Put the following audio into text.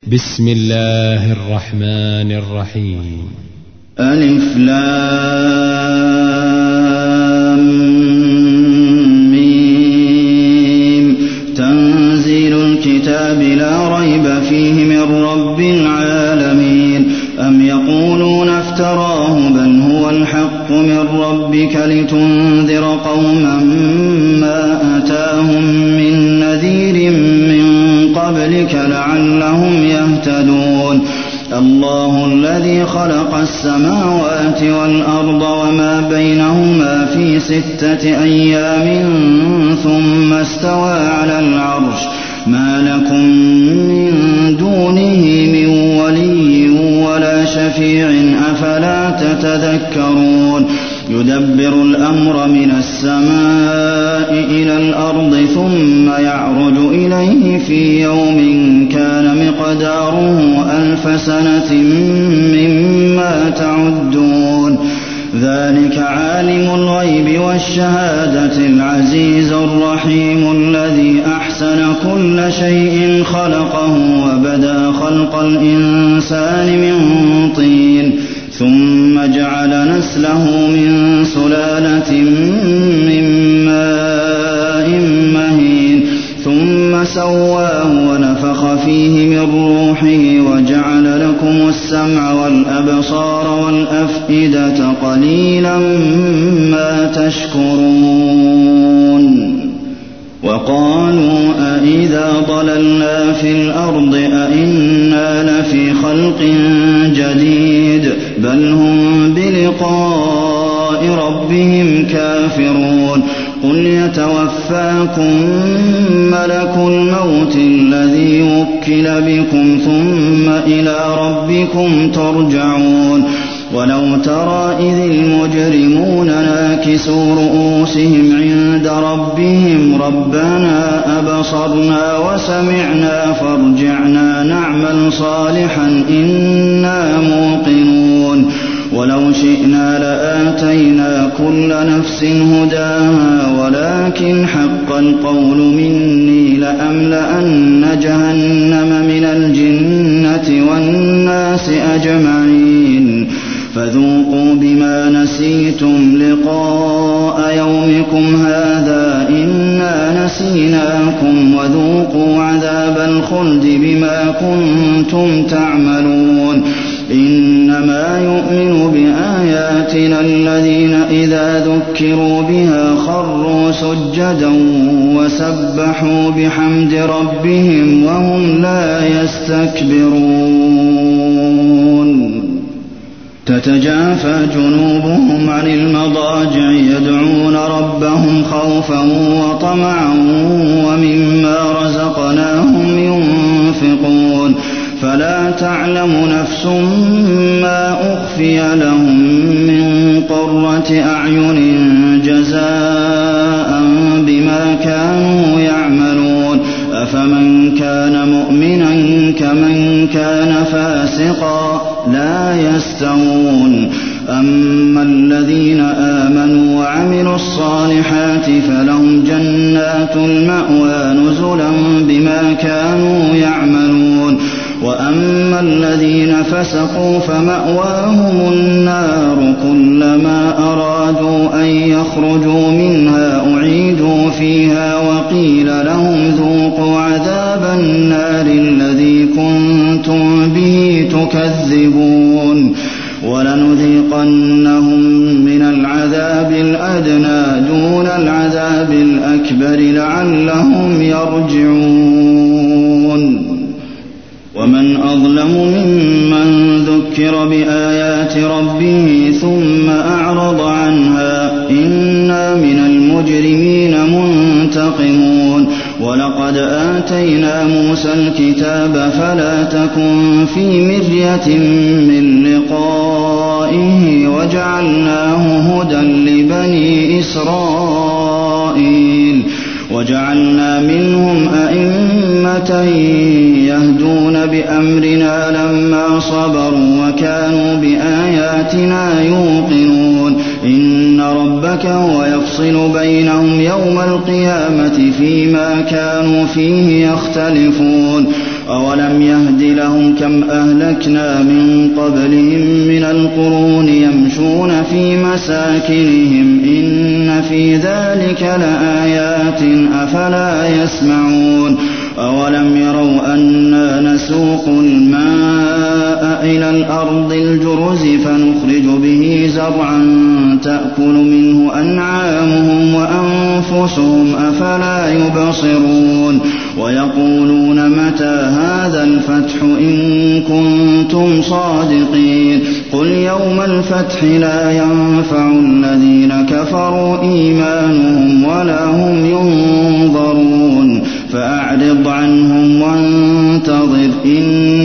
بسم الله الرحمن الرحيم. ألف لام ميم. تنزيل الكتاب لا ريب فيه من رب العالمين. أم يقولون افتراه بل هو الحق من ربك لتنذر قوما ما أتاهم من نذير من قبلك لعلهم يهتدون. الله الذي خلق السماوات والأرض وما بينهما في 6 أيام ثم استوى على العرش. ما لكم من دونه من ولي ولا شفيع أفلا تتذكرون. يدبر الأمر من السماء إلى الأرض ثم يعرج إليه في يوم كان مقداره 1000 سنة مما تعدون. ذلك عالم الغيب والشهادة العزيز الرحيم الذي أحسن كل شيء خلقه وبدأ خلق الإنسان من طين ثم جعل نسله من سلالة من ماء مهين ثم سواه ونفخ فيه من روحه وجعل لكم السمع والأبصار والأفئدة قليلا ما تشكرون. وقالوا أإذا ضللنا في الأرض أإنا لفي خلق جديد بل هم بلقاء ربهم كافرون. قل يتوفاكم ملك الموت الذي وكل بكم ثم إلى ربكم ترجعون. ولو ترى إذ المجرمون ناكسوا رؤوسهم عند ربهم ربنا أبصرنا وسمعنا فارجعنا نعمل صالحا إنا موقنون. ولو شئنا لآتينا كل نفس هداها ولكن حق القول مني لأملأن جهنم من الجنة والناس أجمعين. فذوقوا بما نسيتم لقاء يومكم هذا إنا نسيناكم وذوقوا عذاب الخلد بما كنتم تعملون. إنما يؤمن بآياتنا الذين إذا ذكروا بها خروا سجدا وسبحوا بحمد ربهم وهم لا يستكبرون. تتجافى جنوبهم عن المضاجع يدعون ربهم خوفا وطمعا ومما رزقناهم ينفقون. فلا تعلم نفس ما أخفي لهم من قرة أعين جزاء بما كانوا يعملون. أفمن كان مؤمنا كمن كان فاسقا لا يستوون. أما الذين آمنوا وعملوا الصالحات فلهم جنات المأوى نزلا بما كانوا يعملون. وأما الذين فسقوا فمأواهم النار كلما أرادوا أن يخرجوا منها أعيدوا فيها وقيل لهم ذوقوا عذاب النار الذي كنتم به تكذبون. ولنذيقنهم من العذاب الأدنى دون العذاب الأكبر لعلهم يرجعون. ومن أظلم ممن ذكر بآيات ربه ثم أعرض عنها إنا من المجرمين منتقمون. ولقد آتينا موسى الكتاب فلا تكن في مرية من لقائه وجعلناه هدى لبني إسرائيل. وجعلنا منهم أئمة يهدون بأمرنا لما صبروا وكانوا بآياتنا يوقنون. إن ربك هو يفصل بينهم يوم القيامة فيما كانوا فيه يختلفون. أولم يهد لهم كم أهلكنا من قبلهم من القرون يمشون في مساكنهم إن في ذلك لآيات أفلا يسمعون أولم يروا أنا نسوق الماء إلى الأرض الجرز فنخرج به زرعا تأكل منه أنعامهم وأنفسهم أفلا يبصرون ويقولون متى هذا الفتح إن كنتم صادقين قل يوم الفتح لا ينفع الذين كفروا إيمانهم ولا هم ينظرون فأعرض عنهم وانتظر